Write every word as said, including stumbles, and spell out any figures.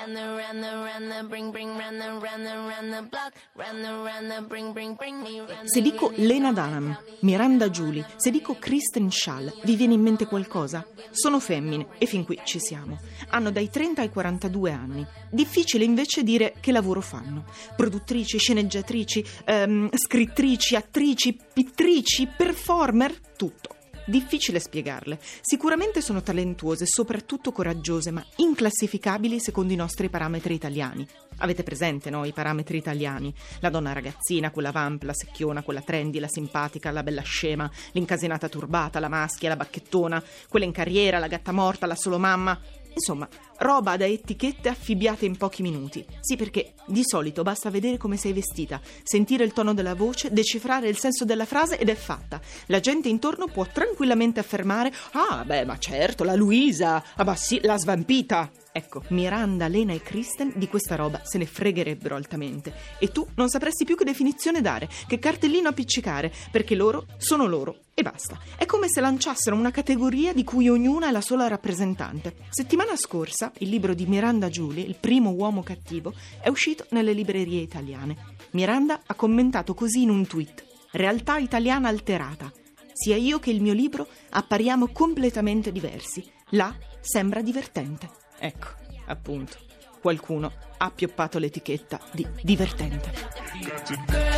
Run the, run the, run the, bring, bring, run the, run the, run the block. Run the, run the, bring, bring, bring me. Run Se dico Lena Dunham, Miranda Julie, se dico Kristen Schaal, vi viene in mente qualcosa? Sono femmine e fin qui ci siamo. Hanno dai trenta ai quarantadue anni. Difficile invece dire che lavoro fanno. Produttrici, sceneggiatrici, ehm, scrittrici, attrici, pittrici, performer, tutto. Difficile spiegarle. Sicuramente sono talentuose, soprattutto coraggiose, ma inclassificabili secondo i nostri parametri italiani. Avete presente, no? I parametri italiani. La donna ragazzina, quella vamp, la secchiona, quella trendy, la simpatica, la bella scema, l'incasinata turbata, la maschia, la bacchettona, quella in carriera, la gatta morta, la solo mamma. Insomma, roba da etichette affibbiate in pochi minuti. Sì, perché di solito basta vedere come sei vestita, sentire il tono della voce, decifrare il senso della frase ed è fatta. La gente intorno può tranquillamente affermare: ah, beh, ma certo, la Luisa, ah, ma sì, la svampita. Ecco, Miranda, Lena e Kristen di questa roba se ne fregherebbero altamente. E tu non sapresti più che definizione dare, che cartellino appiccicare, perché loro sono loro e basta. È come se lanciassero una categoria di cui ognuna è la sola rappresentante. Settimana scorsa il libro di Miranda Julie, Il primo uomo cattivo, è uscito nelle librerie italiane. Miranda ha commentato così in un tweet: realtà italiana alterata. Sia io che il mio libro appariamo completamente diversi. Là sembra divertente. Ecco, appunto, qualcuno ha appioppato l'etichetta di divertente.